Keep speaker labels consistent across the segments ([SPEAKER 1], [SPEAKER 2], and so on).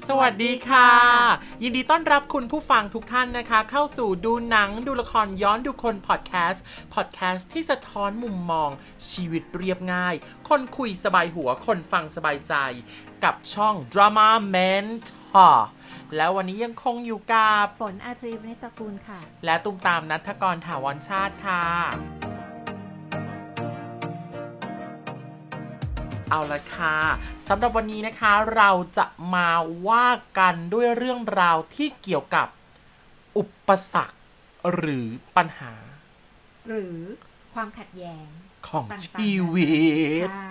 [SPEAKER 1] สวัสดีค่ะยินดีต้อนรับคุณผู้ฟังทุกท่านนะคะเข้าสู่ดูหนังดูละครย้อนดูคนพอดแคสต์ที่สะท้อนมุมมองชีวิตเรียบง่ายคนคุยสบายหัวคนฟังสบายใจกับช่อง Drama Mentor แล้ววันนี้ยังคงอยู่กับ
[SPEAKER 2] ฝนอาทรีวณิชตระกูลค่ะ
[SPEAKER 1] และตุ้มตามณัฐกร ถาวรชาติค่ะเอาละค่ะสำหรับวันนี้นะคะเราจะมาว่ากันด้วยเรื่องราวที่เกี่ยวกับอุปสรรคหรือปัญหา
[SPEAKER 2] หรือความขัดแย้ง
[SPEAKER 1] ของชีวิต
[SPEAKER 2] ใช่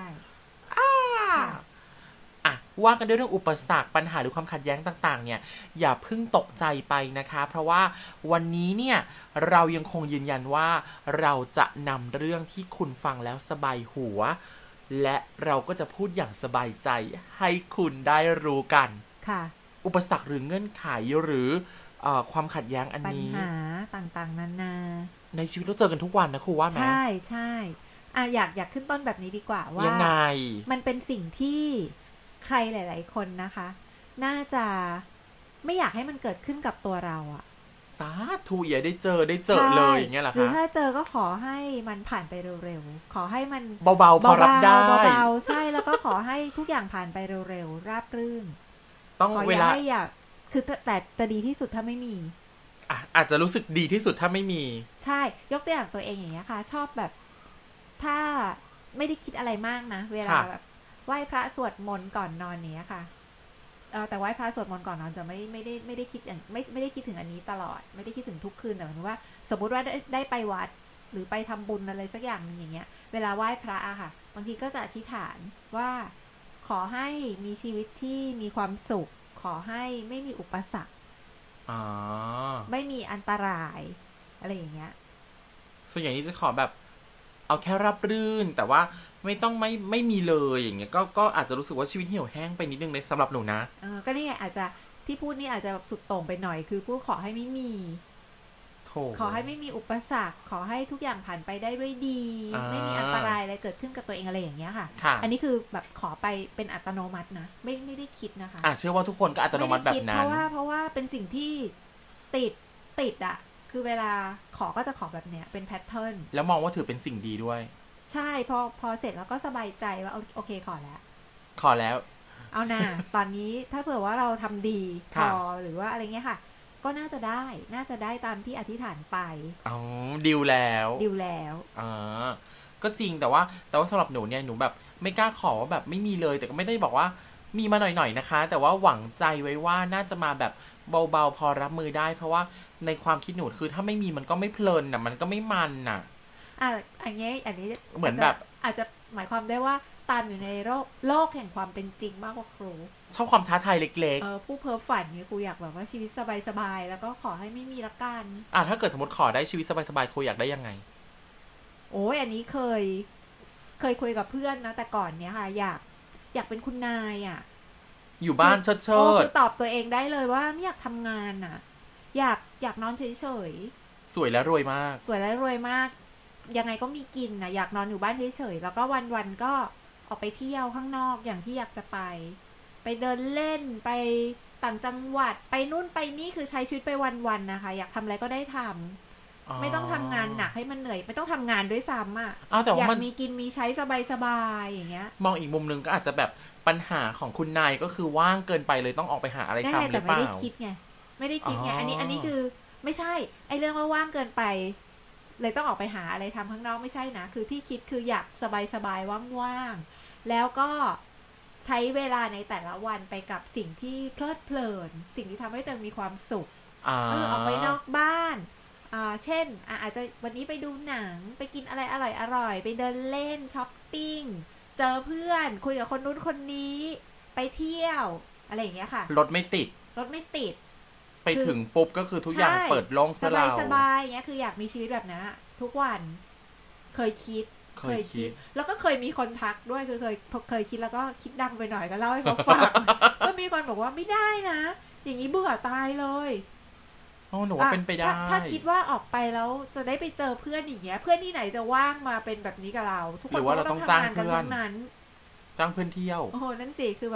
[SPEAKER 1] ว่ากันด้วยเรื่องอุปสรรคปัญหาหรือความขัดแย้งต่างๆเนี่ยอย่าเพิ่งตกใจไปนะคะเพราะว่าวันนี้เนี่ยเรายังคงยืนยันว่าเราจะนำเรื่องที่คุณฟังแล้วสบายหัวและเราก็จะพูดอย่างสบายใจให้คุณได้รู้กัน
[SPEAKER 2] ค่ะอุ
[SPEAKER 1] ปสรรคหรือเงื่อนไขหรือความขัดแย้งอันนี้
[SPEAKER 2] ปัญหาต่างๆนานา
[SPEAKER 1] ในชีวิตเราเจอกันทุกวันนะครูว่าไหม
[SPEAKER 2] ใช่ใช่อยากขึ้นต้นแบบนี้ดีกว่าว่ามันเป็นสิ่งที่ใครหลายๆคนนะคะน่าจะไม่อยากให้มันเกิดขึ้นกับตัวเราอะ
[SPEAKER 1] สาธุอย่าได้เจอเลยอย่างเงี้ยหรอคะ
[SPEAKER 2] หรือถ้าเจอก็ขอให้มันผ่านไปเร็วๆขอให้มัน
[SPEAKER 1] เบาๆพอรับได้
[SPEAKER 2] เบาๆใช่แล้วก็ขอให้ทุกอย่างผ่านไปเร็วๆราบรื่น
[SPEAKER 1] ต้องเวลา
[SPEAKER 2] คือแต่จะดีที่สุดถ้าไม่มี
[SPEAKER 1] อาจจะรู้สึกดีที่สุดถ้าไม่มี
[SPEAKER 2] ใช่ยกตัวอย่างตัวเองอย่างเงี้ยค่ะชอบแบบถ้าไม่ได้คิดอะไรมากนะเวลาแบบไหว้พระสวดมนต์ก่อนนอนเนี้ยค่ะแต่ไหว้พระสวดมนต์ก่อนนอนจะไม่ได้คิดอย่างไม่ได้คิดถึงอันนี้ตลอดไม่ได้คิดถึงทุกคืนแต่หมายถึงว่าสมมุติว่าได้ไปวัดหรือไปทำบุญอะไรสักอย่างนึงอย่างเงี้ยเวลาไหว้พระอะค่ะบางทีก็จะอธิษฐานว่าขอให้มีชีวิตที่มีความสุขขอให้ไม่มีอุปสรรคไม่มีอันตรายอะไรอย่างเงี้ย
[SPEAKER 1] ส่วนใหญ่นี้จะขอแบบเอาแค่รับรื่นแต่ว่าไม่ต้องไม่มีเลยอย่างเงี้ยก็อาจจะรู้สึกว่าชีวิตเหี่ยวแห้งไปนิดนึงเลยสำหรับหนูนะ
[SPEAKER 2] ก็นี่ไงอาจจะที่พูดนี่อาจจะแบบสุดโต่งไปหน่อยคือพูดขอให้ไม่มีขอให้ไม่มีอุปสรรคขอให้ทุกอย่างผ่านไปได้ด้วยดีไม่มีอันตรายอะไรเกิดขึ้นกับตัวเองอะไรอย่างเงี้ยค่ะอันนี้คือแบบขอไปเป็นอัตโนมัตินะไม่ได้คิดนะคะ
[SPEAKER 1] เชื่อว่าทุกคนก็อัตโนมัติแบบนั้น
[SPEAKER 2] เพราะว่าเป็นสิ่งที่ติดอ่ะคือเวลาขอก็จะขอแบบเนี้ยเป็นแพทเทิร์น
[SPEAKER 1] แล้วมองว่าถือเป็นสิ่งดีด้วย
[SPEAKER 2] ใช่พอเสร็จแล้วก็สบายใจว่าโอเคขอแล้วเอานะตอนนี้ถ้าเผื่อว่าเราทำดีพอหรือว่าอะไรเงี้ยค่ะก็น่าจะได้ตามที่อธิษฐานไป
[SPEAKER 1] ดิวแล้ว ก็จริงแต่ว่าสำหรับหนูเนี่ยหนูแบบไม่กล้าขอว่าแบบไม่มีเลยแต่ก็ไม่ได้บอกว่ามีมาหน่อยๆนะคะแต่ว่าหวังใจไว้ว่าน่าจะมาแบบเบาๆพอรับมือได้เพราะว่าในความคิดหนูคือถ้าไม่มีมันก็ไม่เพลินน่ะมันก็ไม่มันน่ะ
[SPEAKER 2] อันนี้
[SPEAKER 1] เหมือนแบบ
[SPEAKER 2] อาจจะหมายความได้ว่าตามอยู่ในโลกแห่งความเป็นจริงมากกว่าครู
[SPEAKER 1] ชอบความท้าทายเล็ก
[SPEAKER 2] ๆผู้เพ้อฝันเนี่ยครูอยากแบบว่าชีวิตสบายๆแล้วก็ขอให้ไม่มีละกัน
[SPEAKER 1] ถ้าเกิดสมมติขอได้ชีวิตสบายๆครูอยากได้ยังไง
[SPEAKER 2] โอ้ยอันนี้เคยคุยกับเพื่อนนะแต่ก่อนเนี้ยค่ะอยากเป็นคุณนาย
[SPEAKER 1] อยู่บ้านเชิด
[SPEAKER 2] คือตอบตัวเองได้เลยว่าไม่อยากทำงานอยากนอนเฉย
[SPEAKER 1] ๆสวยและรวยมาก
[SPEAKER 2] ยังไงก็มีกินอยากนอนอยู่บ้านเฉยๆแล้วก็วันๆก็ออกไปเที่ยวข้างนอกอย่างที่อยากจะไปเดินเล่นไปต่างจังหวัดไปนู่นไปนี่คือใช้ชีวิตไปวันๆนะคะอยากทำอะไรก็ได้ทำไม่ต้องทำงานหนักให้มันเหนื่อยไม่ต้องทำงานด้วยซ้ำอยากมีกินมีใช้สบายๆอย่างเงี้ย
[SPEAKER 1] มองอีกมุมนึงก็อาจจะแบบปัญหาของคุณนายก็คือว่างเกินไปเลยต้องออกไปหาอะไรทำหรือเปล่า
[SPEAKER 2] แต่ไม่ได้คิดไงอันนี้คือไม่ใช่ไอ้เรื่องว่าว่างเกินไปเลยต้องออกไปหาอะไรทำข้างนอกไม่ใช่นะคือที่คิดคืออยากสบายๆว่างๆแล้วก็ใช้เวลาในแต่ละวันไปกับสิ่งที่เพลิดเพลินสิ่งที่ทำให้ตัวเองมีความสุขออกไปนอกบ้านเช่นอาจจะวันนี้ไปดูหนังไปกินอะไรอร่อยไปเดินเล่นช้อปปิ้งเจอเพื่อนคุยกับคนนู้นคนนี้ไปเที่ยวอะไรอย่างเงี้ยค่ะ
[SPEAKER 1] รถไม่ติดไปถึงปุ๊บก็คือทุกอย่างเปิดโล่ง
[SPEAKER 2] สบายๆอย่างเงี้ยคืออยากมีชีวิตแบบนั้นทุกวันเคยคิดแล้วก็เคยมีคนทักด้วยคือเคยคิดแล้วก็คิดดังไปหน่อยก็เล่าให้เขาฟัง ก็มีคนบอกว่าไม่ได้นะอย่างนี้เบื่อตายเลย
[SPEAKER 1] หนูว่าเป็นไปได้
[SPEAKER 2] ถ้าคิดว่าออกไปแล้วจะได้ไปเจอเพื่อนอย่างเงี้ยเพื่อนที่ไหนจะว่างมาเป็นแบบนี้กับเราทุกคนก็ต้องทำงานกันทั้งนั้น
[SPEAKER 1] จ้างเพื่อนเที่ยว
[SPEAKER 2] โอ้โหนั่นสิคือแบบ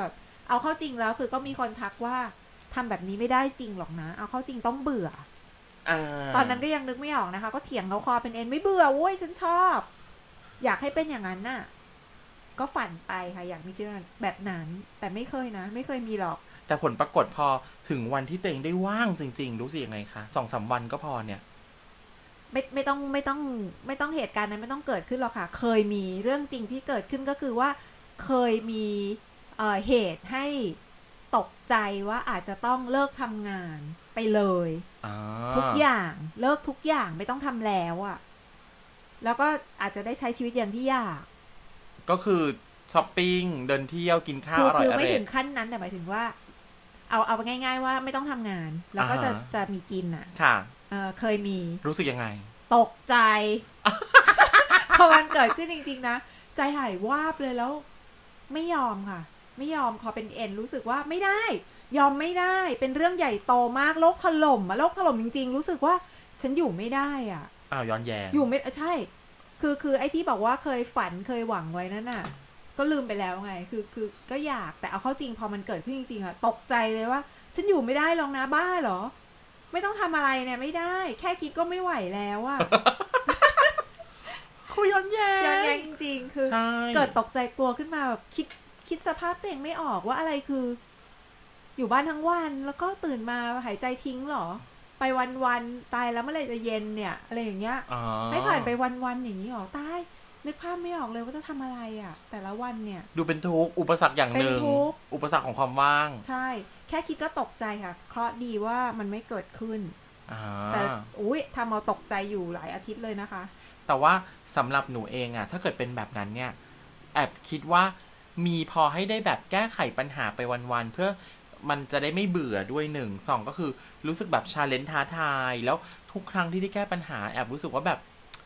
[SPEAKER 2] เอาเข้าจริงแล้วคือก็มีคนทักว่าทำแบบนี้ไม่ได้จริงหรอกนะเอาเข้าจริงต้องเบื่อตอนนั้นก็ยังนึกไม่ออกนะคะก็เถียงเขาคอเป็นเอ็นไม่เบื่อโว้ยฉันชอบอยากให้เป็นอย่างนั้นน่ะก็ฝันไปค่ะอยากมีชีวิตแบบนั้นแต่ไม่เคยนะไม่เคยมีหรอก
[SPEAKER 1] แต่ผลปรากฏพอถึงวันที่ตัวเองได้ว่างจริงๆรู้สึกยังไงคะ2-3 วันก็พอเนี่ย
[SPEAKER 2] ไม่ต้องเหตุการณ์นั้นไม่ต้องเกิดขึ้นหรอกค่ะเคยมีเรื่องจริงที่เกิดขึ้นก็คือว่าเคยมีเหตุให้ตกใจว่าอาจจะต้องเลิกทำงานไปเลยทุกอย่างเลิกทุกอย่างไม่ต้องทำแล้วอ่ะแล้วก็อาจจะได้ใช้ชีวิตอย่างที่อยาก
[SPEAKER 1] ก็คือช้อปปิ้งเดินเที่ยวกินข้าวอร่อยๆ
[SPEAKER 2] คือไม่ถึงขั้นนั้นแต่หมายถึงว่าเอาง่ายๆว่าไม่ต้องทำงานแล้วก็จะมีกินอ่ะ
[SPEAKER 1] ค่ะ
[SPEAKER 2] เคยมี
[SPEAKER 1] รู้สึกยังไง
[SPEAKER 2] ตกใจ พอมันเกิดขึ้นจริงๆนะใจหายวาบเลยแล้วไม่ยอมค่ะไม่ยอมขอเป็นเอ็นรู้สึกว่าไม่ได้ยอมไม่ได้เป็นเรื่องใหญ่โตมากโลกถล่มโลกถล่มจริงๆรู้สึกว่าฉันอยู่ไม่ได้อ่ะ
[SPEAKER 1] ย้อนแย้ง
[SPEAKER 2] อยู่ไม่ใช่คือไอ้ที่บอกว่าเคยฝันเคยหวังไว้นั่นน่ะก็ลืมไปแล้วไงคือก็อยากแต่เอาเข้าจริงพอมันเกิดขึ้นจริงๆอะตกใจเลยว่าฉันอยู่ไม่ได้หรอกนะบ้าเหรอไม่ต้องทำอะไรเนี่ยไม่ได้แค่คิดก็ไม่ไหวแล้วอะ
[SPEAKER 1] คุยย้อนแย้
[SPEAKER 2] งจริงๆคือเกิดตกใจกลัวขึ้นมาแบบคิดสภาพตัวเองไม่ออกว่าอะไรคืออยู่บ้านทั้งวันแล้วก็ตื่นมาหายใจทิ้งหรอไปวันๆตายแล้วเมื่อไหร่จะเย็นเนี่ยอะไรอย่างเงี้ยให้ผ่านไปวันๆอย่างนี้หรอตายนึกภาพไม่ออกเลยว่าจะทำอะไรอ่ะแต่ละวันเนี่ย
[SPEAKER 1] ดูเป็นทุกข์อุปสรรคอย่างหนึ่งอุปสรรคของความว่าง
[SPEAKER 2] ใช่แค่คิดก็ตกใจค่ะเคราะห์ดีว่ามันไม่เกิดขึ้นแต่ทำเอาตกใจอยู่หลายอาทิตย์เลยนะคะ
[SPEAKER 1] แต่ว่าสำหรับหนูเองอะถ้าเกิดเป็นแบบนั้นเนี่ยแอบคิดว่ามีพอให้ได้แบบแก้ไขปัญหาไปวันๆเพื่อมันจะได้ไม่เบื่อด้วย1 2ก็คือรู้สึกแบบชาเลนจ์ท้าทายแล้วทุกครั้งที่ได้แก้ปัญหาแอบรู้สึกว่าแบบ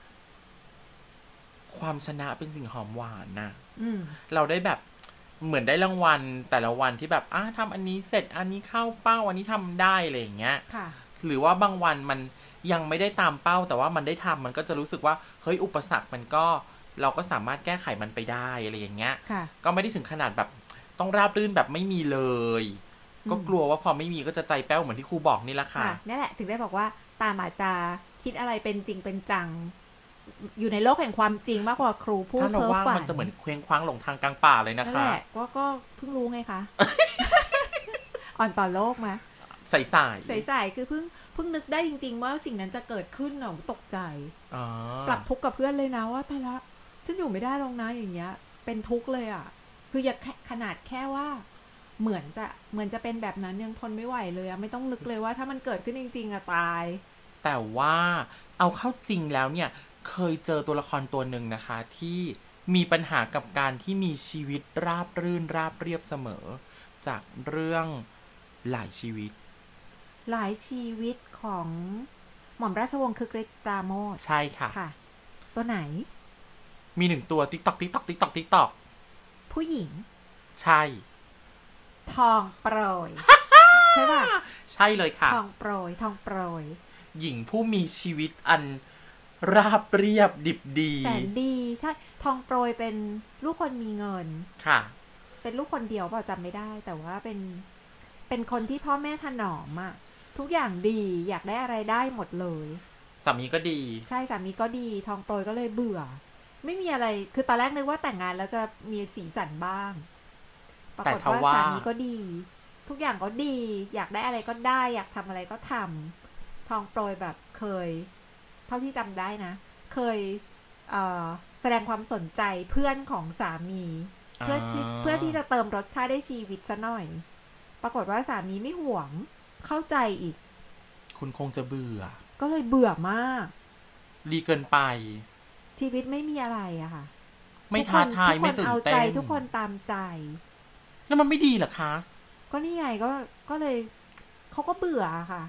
[SPEAKER 1] ความชนะเป็นสิ่งหอมหวานนะเราได้แบบเหมือนได้รางวัลแต่ละวันที่แบบทำอันนี้เสร็จอันนี้เข้าเป้าอันนี้ทำได้อะไรอย่างเงี้ยหรือว่าบางวันมันยังไม่ได้ตามเป้าแต่ว่ามันได้ทำมันก็จะรู้สึกว่าเฮ้ยอุปสรรคมันก็เราก็สามารถแก้ไขมันไปได้อะไรอย่างเงี้ยก็ไม่ได้ถึงขนาดแบบต้องราบรื่นแบบไม่มีเลยก็กลัวว่าพอไม่มีก็จะใจแป้วเหมือนที่ครูบอกนี่แหละค่ะ
[SPEAKER 2] นี่แหละถึงได้บอกว่าตามอาจจะคิดอะไรเป็นจริงเป็นจังอยู่ในโลกแห่งความจริงมากกว่าครูพูดเพ้อฝัน
[SPEAKER 1] มันจะเหมือนเคว้งคว้างหลงทางกลางป่าเลยนะคะนั่นแหละ
[SPEAKER 2] ก็เพิ่งรู้ไงคะ อ่อนต่อโลกมา
[SPEAKER 1] ใส่
[SPEAKER 2] คือเพิ่งนึกได้จริงๆว่าสิ่งนั้นจะเกิดขึ้นตกใจปรับทุกข์กับเพื่อนเลยนะว่าแต่ละฉันอยู่ไม่ได้ลงนะอย่างเงี้ยเป็นทุกข์เลยอ่ะคืออย่าขนาดแค่ว่าเหมือนจะเป็นแบบนั้นยังทนไม่ไหวเลยอะไม่ต้องนึกเลยว่าถ้ามันเกิดขึ้นจริงๆอะตาย
[SPEAKER 1] แต่ว่าเอาเข้าจริงแล้วเนี่ยเคยเจอตัวละครตัวหนึ่งนะคะที่มีปัญหากับการที่มีชีวิตราบรื่นราบเรียบเสมอจากเรื่องหลายชีวิต
[SPEAKER 2] ของหม่อมราชวงศ์คึกฤทธิ์ปราโมช
[SPEAKER 1] ใช่ค่ะ
[SPEAKER 2] ตัวไหน
[SPEAKER 1] มี1ตัวติ๊กตอก
[SPEAKER 2] ผู้หญิง
[SPEAKER 1] ใช่
[SPEAKER 2] ทองโปรย ใช่ป่ะ
[SPEAKER 1] ใช่เลยค่ะ
[SPEAKER 2] ทองโปรย
[SPEAKER 1] หญิงผู้มีชีวิตอันราบเรียบดิบดี
[SPEAKER 2] แสนดีใช่ทองโปรยเป็นลูกคนมีเงิน
[SPEAKER 1] ค่ะ
[SPEAKER 2] เป็นลูกคนเดียวเปล่าจำไม่ได้แต่ว่าเป็นคนที่พ่อแม่ถนอมอะทุกอย่างดีอยากได้อะไรได้หมดเลย
[SPEAKER 1] สามีก็ดี
[SPEAKER 2] ใช่สามีก็ดีทองโปรยก็เลยเบื่อไม่มีอะไรคือตอนแรกนึกว่าแต่งงานแล้วจะมีสีสันบ้างปรากฏว่าสามีก็ดีทุกอย่างก็ดีอยากได้อะไรก็ได้อยากทำอะไรก็ทำทองโปรยแบบเคยเท่าที่จำได้นะเคยแสดงความสนใจเพื่อนของสามีเพื่อที่จะเติมรสชาติให้ชีวิตซะหน่อยปรากฏว่าสามีไม่ห่วงเข้าใจอีก
[SPEAKER 1] คุณคงจะเบื่อ
[SPEAKER 2] ก็เลยเบื่อมาก
[SPEAKER 1] ดีเกินไป
[SPEAKER 2] ชีวิตไม่มีอะไรอะค่ะ
[SPEAKER 1] ไม่ท้าทายไม่ตื่นเต้น
[SPEAKER 2] ทุกคนตามใจ
[SPEAKER 1] แล้วมันไม่ดีเหรอคะ
[SPEAKER 2] ก็นี่ไงก็เลยเขาก็เบื่อค่ะ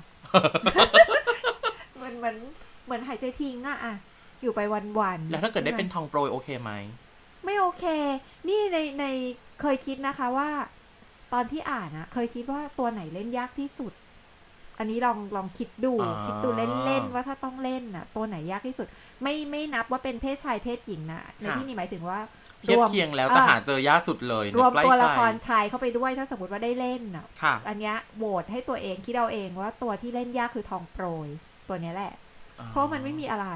[SPEAKER 2] เหมือนหายใจทิ้งอะอยู่ไปวันๆ
[SPEAKER 1] แล้วถ้าเกิดได้เป็นทองโปรยโอเคไหม
[SPEAKER 2] ไม่โอเคนี่ในเคยคิดนะคะว่าตอนที่อ่านนะเคยคิดว่าตัวไหนเล่นยากที่สุดอันนี้ลองคิดดูเล่นว่าถ้าต้องเล่นน่ะตัวไหนยากที่สุดไม่นับว่าเป็นเพศชายเพศหญิงนะในที่นี้หมายถึงว่า
[SPEAKER 1] เทียบเคียงแล้วจะหาเจอยากสุดเลย
[SPEAKER 2] รวมตัวละครชายเข้าไปด้วยถ้าสมมติว่าได้เล่นอ่ะอันเนี้ยโหวตให้ตัวเองคิดเอาเองว่าตัวที่เล่นยากคือทองโปรยตัวเนี้ยแหละเพราะมันไม่มีอะไร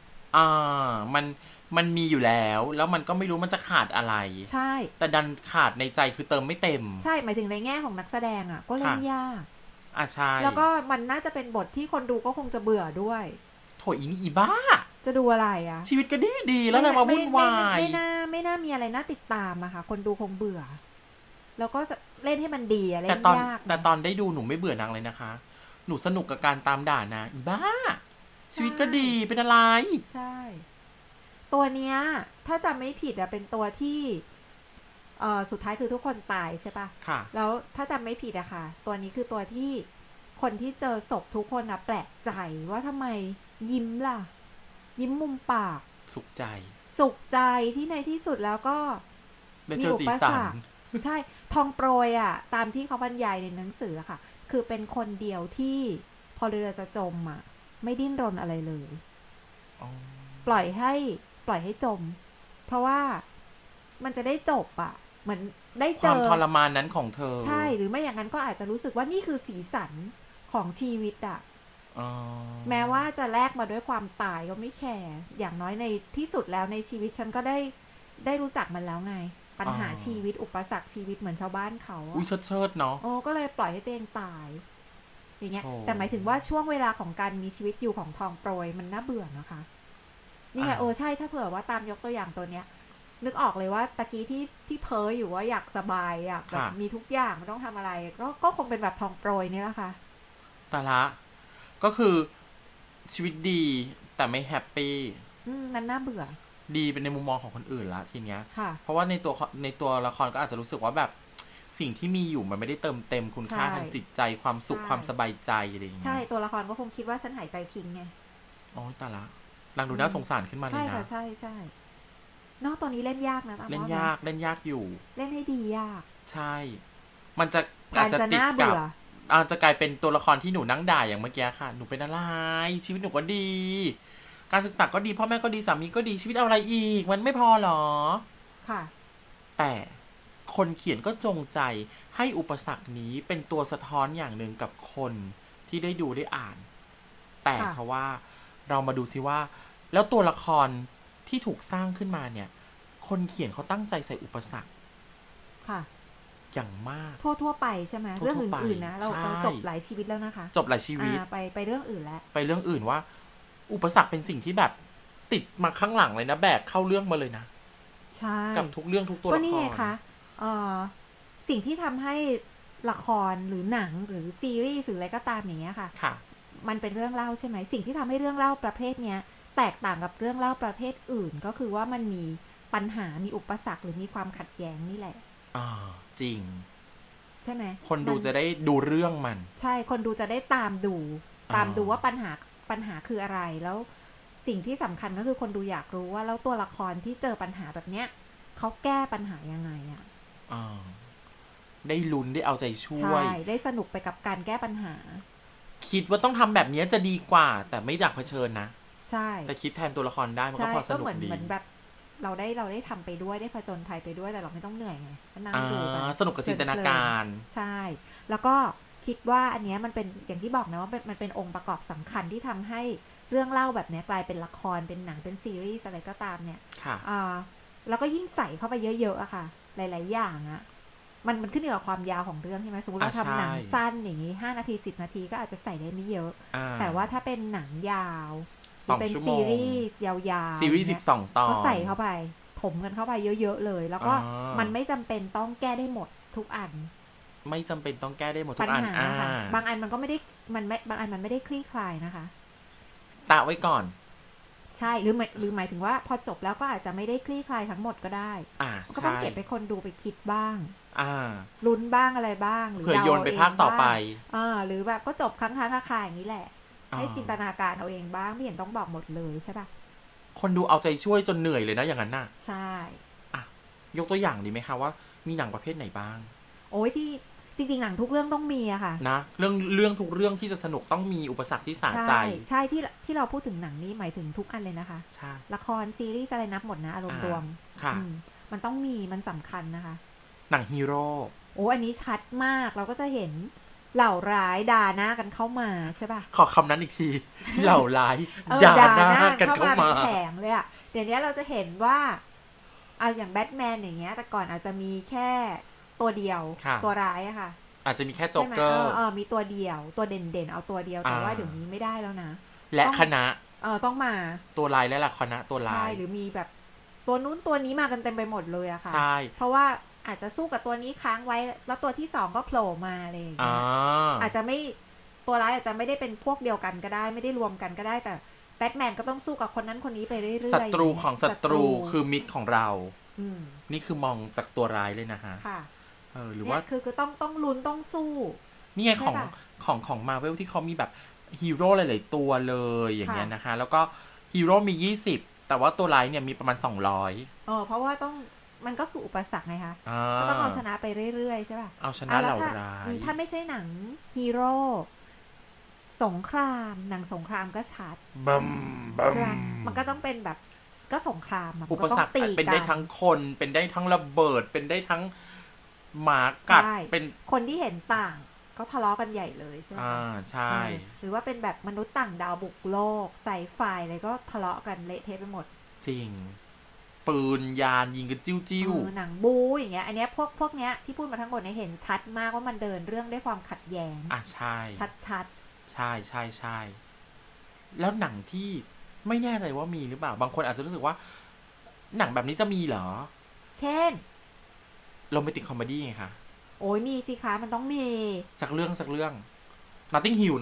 [SPEAKER 1] มันมีอยู่แล้วมันก็ไม่รู้มันจะขาดอะไร
[SPEAKER 2] ใช่
[SPEAKER 1] แต่ดันขาดในใจคือเติมไม่เต็ม
[SPEAKER 2] ใช่หมายถึงในแง่ของนักแสดงอ่ะก็เล่นยาก
[SPEAKER 1] ใช่
[SPEAKER 2] แล้วก็มันน่าจะเป็นบทที่คนดูก็คงจะเบื่อด้วย
[SPEAKER 1] โถอีนี่อีบ้า
[SPEAKER 2] จะดูอะไรอ่ะ
[SPEAKER 1] ชีวิตก็ดีแล้วอะไรมาวุ่นวาย
[SPEAKER 2] ไม่น่ามีอะไรน่าติดตามอะค่ะคนดูคงเบื่อแล้วก็จะเล่นให้มันดีอะเล่นยาก
[SPEAKER 1] แต่ตอนได้ดูหนูไม่เบื่อนางเลยนะคะหนูสนุกกับการตามด่านะอีบ้าชีวิตก็ดีเป็นอะไร
[SPEAKER 2] ใช่ตัวเนี้ยถ้าจำไม่ผิดอะเป็นตัวที่สุดท้ายคือทุกคนตายใช่ปะ
[SPEAKER 1] ค่ะ
[SPEAKER 2] แล้วถ้าจำไม่ผิดอะค่ะตัวนี้คือตัวที่คนที่เจอศพทุกคนอะแปลกใจว่าทำไมยิ้มล่ะยิ้มมุมปาก
[SPEAKER 1] สุขใจ
[SPEAKER 2] ที่ในที่สุดแล้วก็
[SPEAKER 1] มีอุปสรรค
[SPEAKER 2] ใช่ทองโปรยอะตามที่เขาบรรยายในหนังสือค่ะคือเป็นคนเดียวที่พอเรือจะจมอะไม่ดิ้นรนอะไรเลยปล่อยให้จมเพราะว่ามันจะได้จบอะเหมือนได้เจอ
[SPEAKER 1] ความทรมานนั้นของเธอ
[SPEAKER 2] ใช่หรือไม่อย่างนั้นก็อาจจะรู้สึกว่านี่คือสีสันของชีวิตอะแม้ว่าจะแลกมาด้วยความตายก็ไม่แคร์อย่างน้อยในที่สุดแล้วในชีวิตฉันก็ได้รู้จักมันแล้วไงปัญหาชีวิตอุปสรรคชีวิตเหมือนชาวบ้านเขา
[SPEAKER 1] เชิดเนาะ
[SPEAKER 2] ก็เลยปล่อยให้ตัวเองตายอย่างเงี้ยแต่หมายถึงว่าช่วงเวลาของการมีชีวิตอยู่ของทองโปรยมันน่าเบื่อนะคะนี่ไงใช่ถ้าเผื่อว่าตามยกตัวอย่างตัวเนี้ยนึกออกเลยว่าตะกี้ที่เพ้ออยู่ว่าอยากสบายอยากแบบมีทุกอย่างไม่ต้องทำอะไรก็คงเป็นแบบทองโปรยนี่แหละค่ะ
[SPEAKER 1] แต่ละก็คือชีวิตดีแต่ไม่แฮปปี้
[SPEAKER 2] มันน่าเบื่อ
[SPEAKER 1] ดีเป็นในมุมมองของคนอื่นละทีเนี้ยเพราะว่าในตัวละครก็อาจจะรู้สึกว่าแบบสิ่งที่มีอยู่มันไม่ได้เติมเต็มคุณค่าทางจิตใจความสุขความสบายใจอะไรอย่างเงี้ย
[SPEAKER 2] ใช่ตัวละครก็คงคิดว่าฉันหายใจทิ้งไง
[SPEAKER 1] แต่ละนางดูน่าสงสารขึ้นมาเลยนะ
[SPEAKER 2] ใช่ค่ะใช่นอกตัวนี้เล่นยากนะ
[SPEAKER 1] เล่นยากอยู่
[SPEAKER 2] เล่นให้ดียาก
[SPEAKER 1] ใช่มันจะอาจจะติดกับอาจจะกลายเป็นตัวละครที่หนูนั่งด่าอย่างเมื่อกี้ค่ะหนูเป็นอะไรชีวิตหนูก็ดีการศึกษาก็ดีพ่อแม่ก็ดีสามีก็ดีชีวิตเอาอะไรอีกมันไม่พอหรอ
[SPEAKER 2] ค่ะ
[SPEAKER 1] แต่คนเขียนก็จงใจให้อุปสรรคนี้เป็นตัวสะท้อนอย่างหนึ่งกับคนที่ได้ดูได้อ่านแต่เพราะว่าเรามาดูซิว่าแล้วตัวละครที่ถูกสร้างขึ้นมาเนี่ยคนเขียนเขาตั้งใจใส่อุปสรรค
[SPEAKER 2] ค่ะ
[SPEAKER 1] อย่างมาก
[SPEAKER 2] ทั่วไปใช่ไหมเรื่องอื่นๆนะเราจบหลายชีวิตแล้วนะคะ
[SPEAKER 1] จบหลายชีวิต
[SPEAKER 2] ไปเรื่องอื่นแล้ว
[SPEAKER 1] ไปเรื่องอื่นว่าอุปสรรคเป็นสิ่งที่แบบติดมาข้างหลังเลยนะแบกเข้าเรื่องมาเลยนะ
[SPEAKER 2] ใช่
[SPEAKER 1] กับทุกเรื่องทุกตัวละคร
[SPEAKER 2] ก็นี่ไงคะสิ่งที่ทำให้ละครหรือหนังหรือซีรีส์หรืออะไรก็ตามอย่างเงี้ยค่ะมันเป็นเรื่องเล่าใช่ไหมสิ่งที่ทำให้เรื่องเล่าประเภทเนี้ยแตกต่างกับเรื่องเล่าประเภทอื่นก็คือว่ามันมีปัญหามีอุปสรรคหรือมีความขัดแย้งนี่แหละ
[SPEAKER 1] จริง
[SPEAKER 2] ใช่ไหม
[SPEAKER 1] คนดูจะได้ดูเรื่องมัน
[SPEAKER 2] ใช่คนดูจะได้ตามดูว่าปัญหาคืออะไรแล้วสิ่งที่สำคัญก็คือคนดูอยากรู้ว่าแล้วตัวละครที่เจอปัญหาแบบเนี้ยเขาแก้ปัญหายังไง
[SPEAKER 1] ได้ลุ้นได้เอาใจช่วย
[SPEAKER 2] ใช่ได้สนุกไปกับการแก้ปัญหา
[SPEAKER 1] คิดว่าต้องทำแบบนี้จะดีกว่าแต่ไม่อยากเผชิญนะ
[SPEAKER 2] ใช่
[SPEAKER 1] แต่คิดแทนตัวละครได้มันก็พอสนุกดี
[SPEAKER 2] เหมือนแบบเราได้ทำไปด้วยได้ผจญภัยไปด้วยแต่เราไม่ต้องเหนื่อยไงก็นั่งดูไป
[SPEAKER 1] สนุกกับจินตนาการ
[SPEAKER 2] ใช่แล้วก็คิดว่าอันนี้มันเป็นอย่างที่บอกนะว่ามันเป็นองค์ประกอบสำคัญที่ทำให้เรื่องเล่าแบบนี้กลายเป็นละครเป็นหนังเป็นซีรีส์อะไรก็ตามเนี่ยแล้วก็ยิ่งใส่เข้าไปเยอะๆอะค่ะหลายๆอย่างอะมันขึ้นอยู่กับความยาวของเรื่องใช่ไหมสมมติเราทำหนังสั้นอย่างนี้5 นาที10 นาทีก็อาจจะใส่ได้ไม่เยอะแต่ว่าถ้าเป็นหนังยาวหรือเป็นซีรีส์ยาว
[SPEAKER 1] ๆซีรีส์12 ตอน
[SPEAKER 2] ก็ใส่เข้าไปถมกันเข้าไปเยอะๆเลยแล้วก็มันไม่จำเป็นต้องแก้ได้หมดทุกอัน
[SPEAKER 1] ไม่จำเป็นต้องแก้ได้หมดทุกอัน
[SPEAKER 2] บางอันมันก็ไม่ได้บางอันมันไม่ได้คลี่คลายนะคะ
[SPEAKER 1] ตะไว้ก่อน
[SPEAKER 2] ใช่หรือหมายถึงว่าพอจบแล้วก็อาจจะไม่ได้คลี่คลายทั้งหมดก็ได้ก็ต้องเก็บไปคนดูไปคิดบ้างลุ้นบ้างอะไรบ้าง
[SPEAKER 1] หรือเผื่อโยนไปภาคต่อไป
[SPEAKER 2] หรือแบบก็จบครั้งคาอย่างนี้แหละให้จินตนาการเอาเองบ้างไม่เห็นต้องบอกหมดเลยใช่ป่ะ
[SPEAKER 1] คนดูเอาใจช่วยจนเหนื่อยเลยนะอย่างนั้นน่ะ
[SPEAKER 2] ใช่
[SPEAKER 1] ยกตัวอย่างดีไหมคะว่ามีหนังประเภทไหนบ้าง
[SPEAKER 2] โอ้ยที่จริงๆหนังทุกเรื่องต้องมีอะค่ะ
[SPEAKER 1] นะเรื่องทุกเรื่องที่จะสนุกต้องมีอุปสรรคที่สะใจ
[SPEAKER 2] ใช่ที่เราพูดถึงหนังนี้หมายถึงทุกอันเลยนะคะ
[SPEAKER 1] ใช่
[SPEAKER 2] ละครซีรีส์อะไรนับหมดนะอารมณ์รวม
[SPEAKER 1] ค่ะ
[SPEAKER 2] มันต้องมีมันสำคัญนะคะ
[SPEAKER 1] หนังฮีโร่
[SPEAKER 2] โอ้อันนี้ชัดมากเราก็จะเห็นเหล่าร้ายด่าหน้ากันเข้ามาใช่ป่ะ
[SPEAKER 1] ขอคำนั้นอีกทีเหล่าร้ายด่าหน้ากันเข้ามา
[SPEAKER 2] แผงเลยอ่ะเดี๋ยวนี้เราจะเห็นว่าเอาอย่างแบทแมนอย่างเงี้ยแต่ก่อนอาจจะมีแค่ตัวเดียวตัวร้ายอะค่ะ
[SPEAKER 1] อาจจะมีแค่โจ๊กเกอร์
[SPEAKER 2] มีตัวเดียวตัวเด่นๆเอาตัวเดียวแต่ว่าเดี๋ยวนี้ไม่ได้แล้วนะ
[SPEAKER 1] และคณะ
[SPEAKER 2] ต้องมา
[SPEAKER 1] ตัวร้ายและล่ะคณะตัวร้าย
[SPEAKER 2] ใช่หรือมีแบบตัวนู้นตัวนี้มากันเต็มไปหมดเลยอะค่ะ
[SPEAKER 1] ใช่
[SPEAKER 2] เพราะว่าอาจจะสู้กับตัวนี้ค้างไว้แล้วตัวที่2ก็โผล่มาอะไรอย่างเงี้ยอาจจะไม่ตัวร้ายอาจจะไม่ได้เป็นพวกเดียวกันก็ได้ไม่ได้รวมกันก็ได้แต่แบทแมนก็ต้องสู้กับคนนั้นคนนี้ไปเรื่อยๆ
[SPEAKER 1] ศัตรูของศัตรูคือมิตรของเรานี่คือมองจากตัวร้ายเลยนะฮะ
[SPEAKER 2] ค่ะ
[SPEAKER 1] หรือว่า
[SPEAKER 2] คือต้องลุ้นต้องสู้
[SPEAKER 1] นี่ไงของมาเวลที่เขามีแบบฮีโร่หลายๆตัวเลยอย่างเงี้ยนะคะแล้วก็ฮีโร่มี20แต่ว่าตัวร้ายเนี่ยมีประมาณ200
[SPEAKER 2] เพราะว่าต้องมันก็คืออุปสรรคไงคะก็ต้องเอาชนะไปเรื่อยๆใช่ป่ะ
[SPEAKER 1] เอาชนะเหล่าร้าย
[SPEAKER 2] ถ้าไม่ใช่หนังฮีโร่สงครามหนังสงครามก็ชัดใช่ป่ะมันก็ต้องเป็นแบบก็สงคราม
[SPEAKER 1] อุปสรรคเป็นได้ทั้งคนเป็นได้ทั้งระเบิดเป็นได้ทั้งหมากัดเป็น
[SPEAKER 2] คนที่เห็นต่างก็ทะเลาะกันใหญ่เลยใช่ไหม
[SPEAKER 1] ใช่
[SPEAKER 2] หรือว่าเป็นแบบมนุษย์ต่างดาวบุกโลกใส่ไฟอะไรก็ทะเลาะกันเละเทะไปหมด
[SPEAKER 1] จริงปืนยานยิงกันจิ้ว
[SPEAKER 2] หนังบู๊อย่างเงี้ยอันเนี้ยพวกเนี้ยที่พูดมาทั้งหมดเนี่ยเห็นชัดมากว่ามันเดินเรื่องด้วยความขัดแย้ง
[SPEAKER 1] ใช่
[SPEAKER 2] ชัด
[SPEAKER 1] ใช่ใช่ใช่แล้วหนังที่ไม่แน่ใจว่ามีหรือเปล่าบางคนอาจจะรู้สึกว่าหนังแบบนี้จะมีเหรอ
[SPEAKER 2] เช่น
[SPEAKER 1] โรแมนติกคอมเมดี้ไงคะ
[SPEAKER 2] โอ้ยมีสิคะมันต้องมี
[SPEAKER 1] สักเรื่องNotting Hill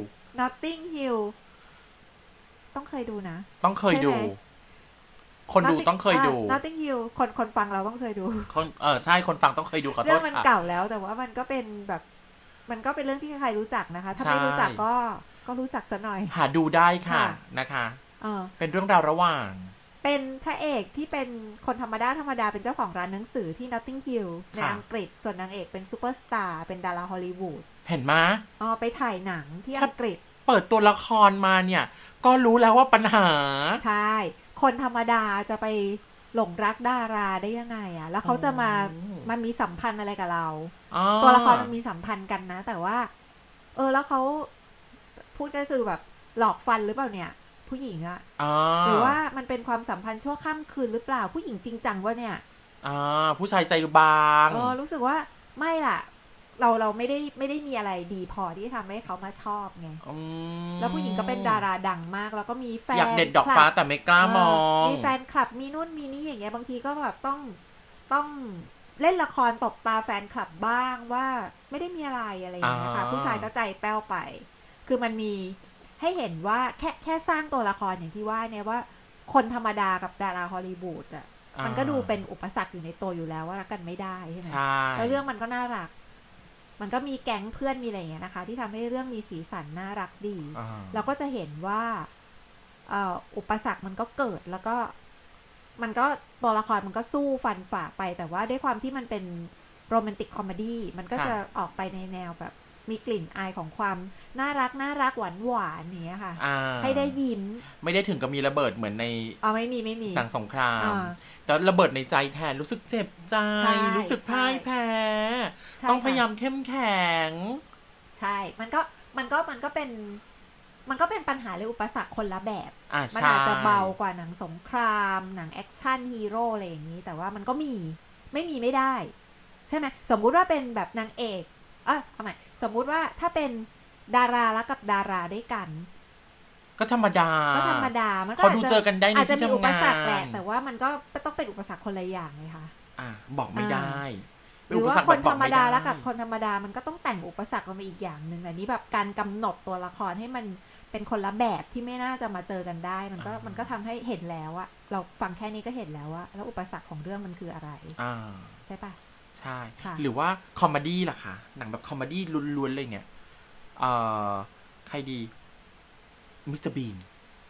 [SPEAKER 2] ต้องเคยดูนะ
[SPEAKER 1] ต้องเคยดูคนดูต้องเคยดู
[SPEAKER 2] Notting Hill คนฟังเราต้องเคยดู
[SPEAKER 1] ใช่คนฟังต้องเคยดูขอโทษค่ะ
[SPEAKER 2] เรื่องมันเก่าแล้วแต่ว่ามันก็เป็นแบบมันก็เป็นเรื่องที่ใครรู้จักนะคะถ้าไม่รู้จักก็รู้จักซะหน่อย
[SPEAKER 1] หาดูได้ค่ะนะคะเป็นเรื่องราวระหว่าง
[SPEAKER 2] เป็นพระเอกที่เป็นคนธรรมดาเป็นเจ้าของร้านหนังสือที่ Notting Hill ในอังกฤษส่วนนางเอกเป็นซูเปอร์สตาร์เป็นดาราฮอลลีวูด
[SPEAKER 1] เห็นไหม
[SPEAKER 2] ไปถ่ายหนังที่อังกฤษ
[SPEAKER 1] เปิดตัวละครมาเนี่ยก็รู้แล้วว่าปัญหา
[SPEAKER 2] ใช่คนธรรมดาจะไปหลงรักดาราได้ยังไงอ่ะแล้วเขาจะมันมีสัมพันธ์อะไรกับเราตัวละครมันมีสัมพันธ์กันนะแต่ว่าแล้วเขาพูดก็คือแบบหลอกฟันหรือเปล่าเนี่ยผู้หญิงอะหรือว่ามันเป็นความสัมพันธ์ชั่วข้ามคืนหรือเปล่าผู้หญิงจริงจังวะเนี่ย
[SPEAKER 1] ผู้ชายใจบาง
[SPEAKER 2] รู้สึกว่าไม่ล่ะเราไม่ได้มีอะไรดีพอที่ทำให้เขามาชอบไงแล้วผู้หญิงก็เป็นดาราดังมากแล้วก็มีแฟน
[SPEAKER 1] อยากเด็ดดอกฟ้าแต่ไม่กล้ามอง
[SPEAKER 2] มีแฟนคลับมีนู่นมีนี่อย่างเงี้ยบางทีก็แบบต้องเล่นละครตบตาแฟนคลับบ้างว่าไม่ได้มีอะไรอะไรอย่างเงี้ยค่ะผู้ชายก็ใจแป้วไปคือมันมีให้เห็นว่าแค่สร้างตัวละครอย่างที่ว่าเนี่ยว่าคนธรรมดากับดาราฮอลลีวูดอ่ะมันก็ดูเป็นอุปสรรคอยู่ในตัวอยู่แล้วว่ารักกันไม่ได้ใช่ไหมแล้วเรื่องมันก็น่ารักมันก็มีแก๊งเพื่อนมีอะไรอย่างเงี้ยนะคะที่ทำให้เรื่องมีสีสันน่ารักดีเราก็จะเห็นว่าอุปสรรคมันก็เกิดแล้วก็มันก็ตัวละครมันก็สู้ฟันฝ่าไปแต่ว่าด้วยความที่มันเป็นโรแมนติกคอมเมดี้มันก็จะออกไปในแนวแบบมีกลิ่นอายของความน่ารักหวานๆนี้ค่ะให้ได้ยิ้ม
[SPEAKER 1] ไม่ได้ถึงกับมีระเบิดเหมือนใน
[SPEAKER 2] ไม่มี
[SPEAKER 1] หนังสงครามแต่ระเบิดในใจแทนรู้สึกเจ็บใจรู้สึกพ่ายแพ้ต้องพยายามเข้มแข็ง
[SPEAKER 2] ใช่มันก็เป็นปัญหาหรืออุปสรรคคนละแบบมันอาจจะเบากว่าหนังสงครามหนังแอคชั่นฮีโร่อะไรอย่างนี้แต่ว่ามันก็ไม่ได้ใช่ไหมสมมุติว่าเป็นแบบนางเอกเอาใหม่สมมุติว่าถ้าเป็นดาราแล้วกับดาราด้วยกัน
[SPEAKER 1] ก็ธรรมดา
[SPEAKER 2] มันก็
[SPEAKER 1] พอดูเจอกันได้ในที่ทำงานอาจจะมี
[SPEAKER 2] อุปสรรคแหละแต่ว่ามันก็ต้องเป็นอุปสรรคคนละอย่างเลยค่ะ
[SPEAKER 1] บอกไม่ได้
[SPEAKER 2] หรือว่าคนธรรมดาแล้วกับคนธรรมดามันก็ต้องแต่งอุปสรรคมาอีกอย่างนึงอันนี้แบบการกำหนดตัวละครให้มันเป็นคนละแบบที่ไม่น่าจะมาเจอกันได้มันก็ทำให้เห็นแล้วอะเราฟังแค่นี้ก็เห็นแล้วว่าแล้วอุปสรรคของเรื่องมันคืออะไรใช่ปะ
[SPEAKER 1] ใช่หรือว่าคอมเมดี้ล่ะคะหนังแบบคอมเมดี้ล้วนๆเลยเนี่ยใครดีมิสเตอร์บีน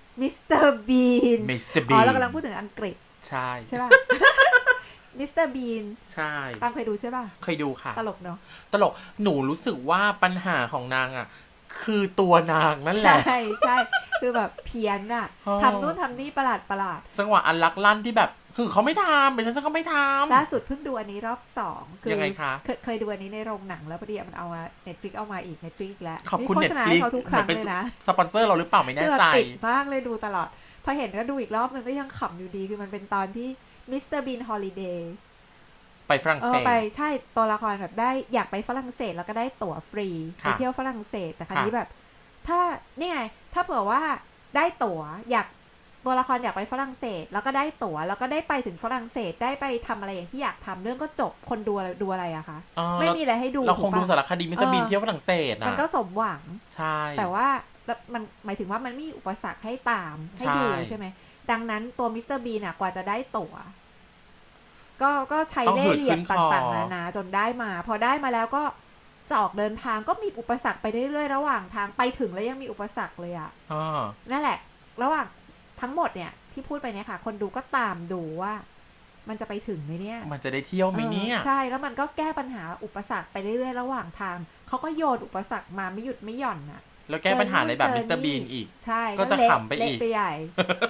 [SPEAKER 2] เรากำลังพูดถึงอังกฤษ
[SPEAKER 1] ใช่
[SPEAKER 2] ป่ะมิสเตอร์บีน
[SPEAKER 1] ใช่
[SPEAKER 2] ตั้งเคยดูใช่ป่ะ
[SPEAKER 1] เคยดูค่ะ
[SPEAKER 2] ตลกเนาะ
[SPEAKER 1] ตลกหนูรู้สึกว่าปัญหาของนางอ่ะคือตัวนางนั่นแหละ
[SPEAKER 2] ใช่คือแบบเพี้ยนอ่ะทำนู่นทำนี่ประหลาด
[SPEAKER 1] จังหวะอันลักลั่นที่แบบคือเขาไม่ทำเป็นฉันก็ไม่ทำ
[SPEAKER 2] ล่าสุดเพิ่งดูอันนี้รอบ2คือ
[SPEAKER 1] ยังไงคะ
[SPEAKER 2] เคยดูอันนี้ในโรงหนังแล้วพอดีมันเอามา Netflix เอามาอีก Netflix อีกแล้ว
[SPEAKER 1] ขอบคุณ Netflix
[SPEAKER 2] เขาทุกครั้งเลยนะ
[SPEAKER 1] สปอนเซอร์เราหรือเปล่าไม่แน่ใจ
[SPEAKER 2] ติดมากเลยดูตลอดพอเห็นก็ดูอีกรอบนึงก็ยังขำอยู่ดีคือมันเป็นตอนที่มิสเตอร์บีนฮอลิเดย์
[SPEAKER 1] ไปฝรั่งเศส
[SPEAKER 2] ไปใช่ตัวละครแบบได้อยากไปฝรั่งเศสแล้วก็ได้ตั๋วฟรีไปเที่ยวฝรั่งเศสแต่ครั้นี้แบบถ้านี่ไงถ้าเผื่อว่าได้ตั๋วอยากตัวละครอยากไปฝรั่งเศสแล้วก็ได้ตั๋วแล้วก็ได้ไปถึงฝรั่งเศสได้ไปทำอะไรอย่างที่อยากทำเรื่องก็จบคนดูอะไรอะคะไม่มีอะไรให้ดู
[SPEAKER 1] เราคงดูสารคดีมิสเตอร์บีนเที่ยวฝรั่งเศสนะ
[SPEAKER 2] มันก็สมหวัง
[SPEAKER 1] ใช่
[SPEAKER 2] แต่ว่ามันหมายถึงว่ามันไม่มีอุปสรรคให้ตามให้ดูใช่ไหมดังนั้นตัวมิสเตอร์บีนกว่าจะได้ตั๋วก็ใช้เล่ห์เหลี่ยมต่างๆนานาจนได้มาพอได้มาแล้วก็จะออกเดินทางก็มีอุปสรรคไปเรื่อยๆระหว่างทางไปถึงแล้วยังมีอุปสรรคเลยอ่ะนั่นแหละระหว่างทั้งหมดเนี่ยที่พูดไปเนี่ยค่ะคนดูก็ตามดูว่ามันจะไปถึงไหมเนี่ย
[SPEAKER 1] มันจะได้เที่ยวไหมเนี่ย
[SPEAKER 2] ใช่แล้วมันก็แก้ปัญหาอุปสรรคไปเรื่อยๆระหว่างทางเขาก็โยนอุปสรรคมาไม่หยุดไม่หย่อนน่ะ
[SPEAKER 1] แล้วแก้ปัญหาในแบบมิสเตอร์บีนอีก
[SPEAKER 2] ใช่
[SPEAKER 1] ก็จะขำไปอีก
[SPEAKER 2] ใหญ่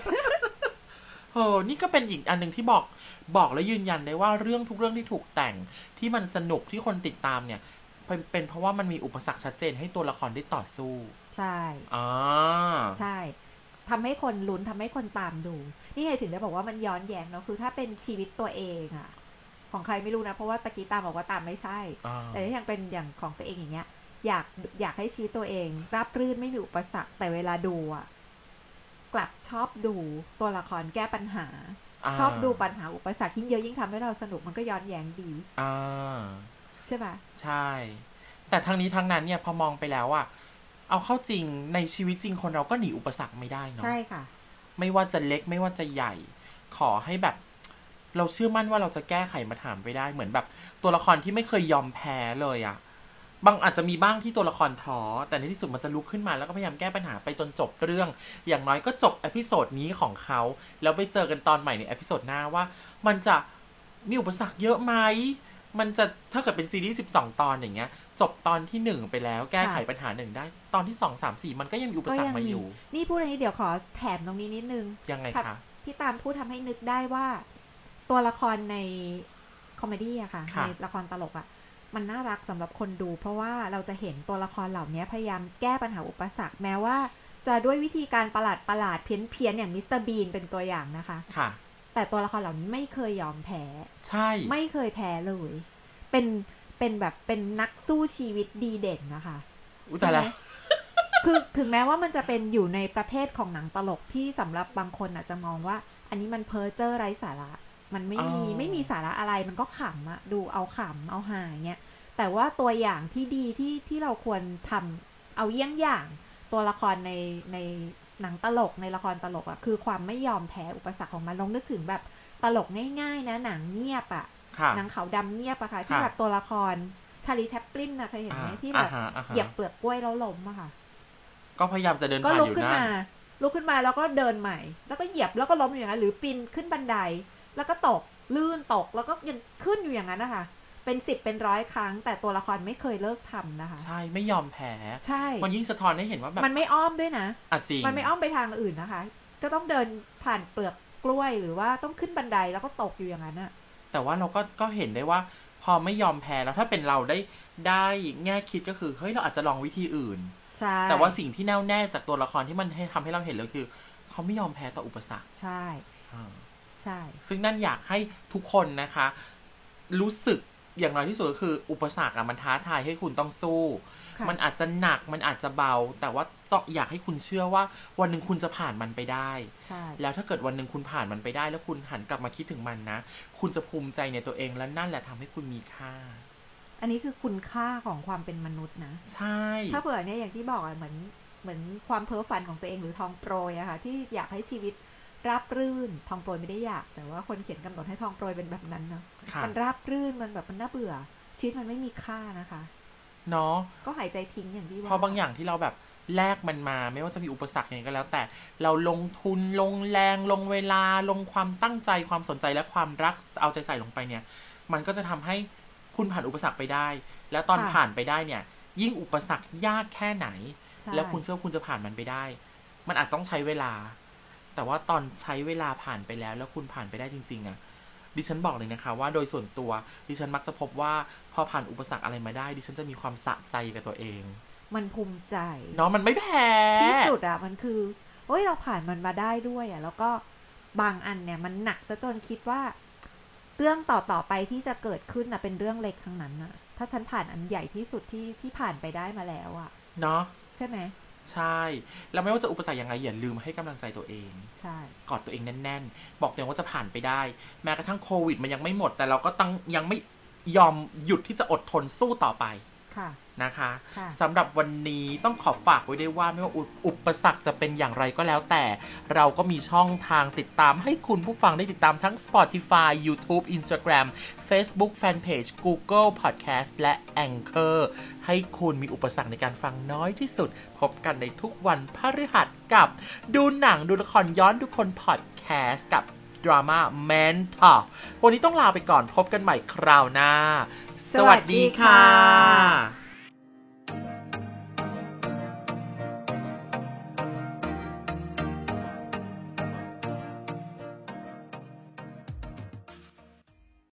[SPEAKER 1] นี่ก็เป็นอีกอันหนึ่งที่บอกและยืนยันได้ว่าเรื่องทุกเรื่องที่ถูกแต่งที่มันสนุกที่คนติดตามเนี่ยเป็นเพราะว่ามันมีอุปสรรคชัดเจนให้ตัวละครได้ต่อสู้
[SPEAKER 2] ใช่ใช่ทำให้คนลุ้นทำให้คนตามดูนี่ไงถึงได้บอกว่ามันย้อนแย้งเนาะคือถ้าเป็นชีวิตตัวเองอะของใครไม่รู้นะเพราะว่าตะกี้ตามบอกว่าตามไม่ใช่แต่ถ้ายังเป็นอย่างของตัวเองอย่างเงี้ยอยากให้ชีวิตตัวเองราบรื่นไม่มีอุปสรรคแต่เวลาดูอะกลับชอบดูตัวละครแก้ปัญหาชอบดูปัญหาอุปสรรคยิ่งเยอะยิ่งทำให้เราสนุกมันก็ย้อนแย้งดีใช่ปะ
[SPEAKER 1] ใช่แต่ทั้งนี้ทั้งนั้นเนี่ยพอมองไปแล้วอะเอาเข้าจริงในชีวิตจริงคนเราก็หนีอุปสรรคไม่ได้เนาะ
[SPEAKER 2] ใช่ค่ะ
[SPEAKER 1] ไม่ว่าจะเล็กไม่ว่าจะใหญ่ขอให้แบบเราเชื่อมั่นว่าเราจะแก้ไขปัญหาไปได้เหมือนแบบตัวละครที่ไม่เคยยอมแพ้เลยอะบางอาจจะมีบ้างที่ตัวละครท้อแต่ในที่สุดมันจะลุกขึ้นมาแล้วก็พยายามแก้ปัญหาไปจนจบเรื่องอย่างน้อยก็จบเอพิโซดนี้ของเขาแล้วไปเจอกันตอนใหม่ในเอพิโซดหน้าว่ามันจะมีอุปสรรคเยอะไหมมันจะถ้าเกิดเป็นซีรีส์12 ตอนอย่างเงี้ยจบตอนที่1ไปแล้วแก้ไขปัญหา1ได้ตอนที่2 3 4มันก็ยังมีอุปสรรคมาอยู่
[SPEAKER 2] นี่พูดอันนี้เดี๋ยวขอแถมตรงนี้นิดนึง
[SPEAKER 1] ยังไงคะ
[SPEAKER 2] ที่ตามพูดทำให้นึกได้ว่าตัวละครในคอมเมดี้อะค่ะในละครตลกอะมันน่ารักสำหรับคนดูเพราะว่าเราจะเห็นตัวละครเหล่านี้พยายามแก้ปัญหาอุปสรรคแม้ว่าจะด้วยวิธีการประหลาดเพี้ยนอย่างมิสเตอร์บีนเป็นตัวอย่างนะคะ
[SPEAKER 1] ค่ะ
[SPEAKER 2] แต่ตัวละครเหล่านี้ไม่เคยยอมแพ้
[SPEAKER 1] ใช่
[SPEAKER 2] ไม่เคยแพ้เลยเป็นแบบเป็นนักสู้ชีวิตดีเด่นนะคะ
[SPEAKER 1] ใช่ไหม
[SPEAKER 2] คือถึงแม้ว่ามันจะเป็นอยู่ในประเภทของหนังตลกที่สำหรับบางคนอาจจะมองว่าอันนี้มันเพ้อเจ้อไร้สาระมันไม่มีสาระอะไรมันก็ขำอะดูเอาขำเอาหาเงี้ยแต่ว่าตัวอย่างที่ดีที่เราควรทำเอาเยี่ยงอย่างตัวละครในหนังตลกในละครตลกอะคือความไม่ยอมแพ้อุปสรรคของมันลองนึกถึงแบบตลกง่ายๆนะหนังเงียบอะหนังขาวดำเงียบอะค่ะที่แบบตัวละครชาลีแชปลินนะเคยเห็นไหมที่แบบเหยียบเปลือกกล้วยแล้วล้มอะค่ะ
[SPEAKER 1] ก็พยายามจะเดินผ่านอยู่นะ
[SPEAKER 2] ลุกขึ้นมาแล้วก็เดินใหม่แล้วก็เหยียบแล้วก็ล้มอยู่อย่างนั้นหรือปีนขึ้นบันไดแล้วก็ตกลื่นตกแล้วก็ยังขึ้นอยู่อย่างนั้นนะคะเป็น10เป็น100ครั้งแต่ตัวละครไม่เคยเลิกทำนะคะ
[SPEAKER 1] ใช่ไม่ยอมแพ้
[SPEAKER 2] ใช่
[SPEAKER 1] มันยิ่งสะท้อนให้เห็นว่าแบบ
[SPEAKER 2] มันไม่อ้อมด้วยนะ
[SPEAKER 1] จริง
[SPEAKER 2] มันไม่อ้อมไปทางอื่นนะคะก็ต้องเดินผ่านเปลือกกล้วยหรือว่าต้องขึ้นบันไดแล้วก็ตกอยู่อย่างนั้นอะ
[SPEAKER 1] แต่ว่าเราก็เห็นได้ว่าพอไม่ยอมแพ้แล้วถ้าเป็นเราได้แง่คิดก็คือเฮ้ยเราอาจจะลองวิธีอื่นแต่ว่าสิ่งที่แน่วแน่จากตัวละครที่มันทำให้เราเห็นเลยคือเขาไม่ยอมแพ้ต่ออุปสรรค
[SPEAKER 2] ใช่ใช่
[SPEAKER 1] ซึ่งนั่นอยากให้ทุกคนนะคะรู้สึกอย่างน้อยที่สุดก็คืออุปสรรคมันท้าทายให้คุณต้องสู้มันอาจจะหนักมันอาจจะเบาแต่ว่าอยากให้คุณเชื่อว่าวันหนึ่งคุณจะผ่านมันไปได้แล้วถ้าเกิดวันหนึ่งคุณผ่านมันไปได้แล้วคุณหันกลับมาคิดถึงมันนะคุณจะภูมิใจในตัวเองและนั่นแหละทำให้คุณมีค่า
[SPEAKER 2] อันนี้คือคุณค่าของความเป็นมนุษย์นะ
[SPEAKER 1] ใช่
[SPEAKER 2] ถ้าเผื่อเนี่ยอย่างที่บอกเหมือนความเพ้อฝันของตัวเองหรือทองโปรยอะค่ะที่อยากให้ชีวิตราบรื่นทองโปรยไม่ได้อยากแต่ว่าคนเขียนกำหนดให้ทองโปรยเป็นแบบนั้นเนาะมันราบรื่นมันแบบมันน่าเบื่อชีวิตมันไม่มีค่านะคะ
[SPEAKER 1] เนาะ
[SPEAKER 2] ก็หายใจทิ้งอย่างที่ว่า
[SPEAKER 1] พอบางอย่างที่เราแบบแลกมันมาไม่ว่าจะมีอุปสรรคยังไงก็แล้วแต่เราลงทุนลงแรงลงเวลาลงความตั้งใจความสนใจและความรักเอาใจใส่ลงไปเนี่ยมันก็จะทำให้คุณผ่านอุปสรรคไปได้แล้วตอนผ่านไปได้เนี่ยยิ่งอุปสรรคยากแค่ไหนแล้วคุณเชื่อคุณจะผ่านมันไปได้มันอาจต้องใช้เวลาแต่ว่าตอนใช้เวลาผ่านไปแล้วคุณผ่านไปได้จริงๆอะดิฉันบอกเลยนะคะว่าโดยส่วนตัวดิฉันมักจะพบว่าพอผ่านอุปสรรคอะไรมาได้ดิฉันจะมีความสะใจกับตัวเอง
[SPEAKER 2] มันภูมิใจ
[SPEAKER 1] เนาะมันไม่แพ้
[SPEAKER 2] ที่สุดอะมันคือโอ้ยเราผ่านมันมาได้ด้วยอะแล้วก็บางอันเนี่ยมันหนักซะจนคิดว่าเรื่องต่อไปที่จะเกิดขึ้นนะเป็นเรื่องเล็กทั้งนั้นนะถ้าฉันผ่านอันใหญ่ที่สุดที่ผ่านไปได้มาแล้วอะ
[SPEAKER 1] เนาะ
[SPEAKER 2] ใช่ไหม
[SPEAKER 1] ใช่แล้วไม่ว่าจะอุปสรรคยังไงอย่าลืมให้กำลังใจตัวเอง
[SPEAKER 2] ใช่
[SPEAKER 1] กอดตัวเองแน่นๆบอกตัวเองว่าจะผ่านไปได้แม้กระทั่งโควิดมันยังไม่หมดแต่เราก็ต้องยังไม่ยอมหยุดที่จะอดทนสู้ต่อไปนะคะสำหรับวันนี้ต้องขอฝากไว้ด้วยว่าไม่ว่าอุปสรรคจะเป็นอย่างไรก็แล้วแต่เราก็มีช่องทางติดตามให้คุณผู้ฟังได้ติดตามทั้ง Spotify YouTube Instagram Facebook Fanpage Google Podcast และ Anchor ให้คุณมีอุปสรรคในการฟังน้อยที่สุดพบกันในทุกวันพฤหัสกับดูหนังดูละครย้อนดูคน Podcast กับดราม่าแมนทอวันนี้ต้องลาไปก่อนพบกันใหม่คราวหน้าสวัสดีค่ะ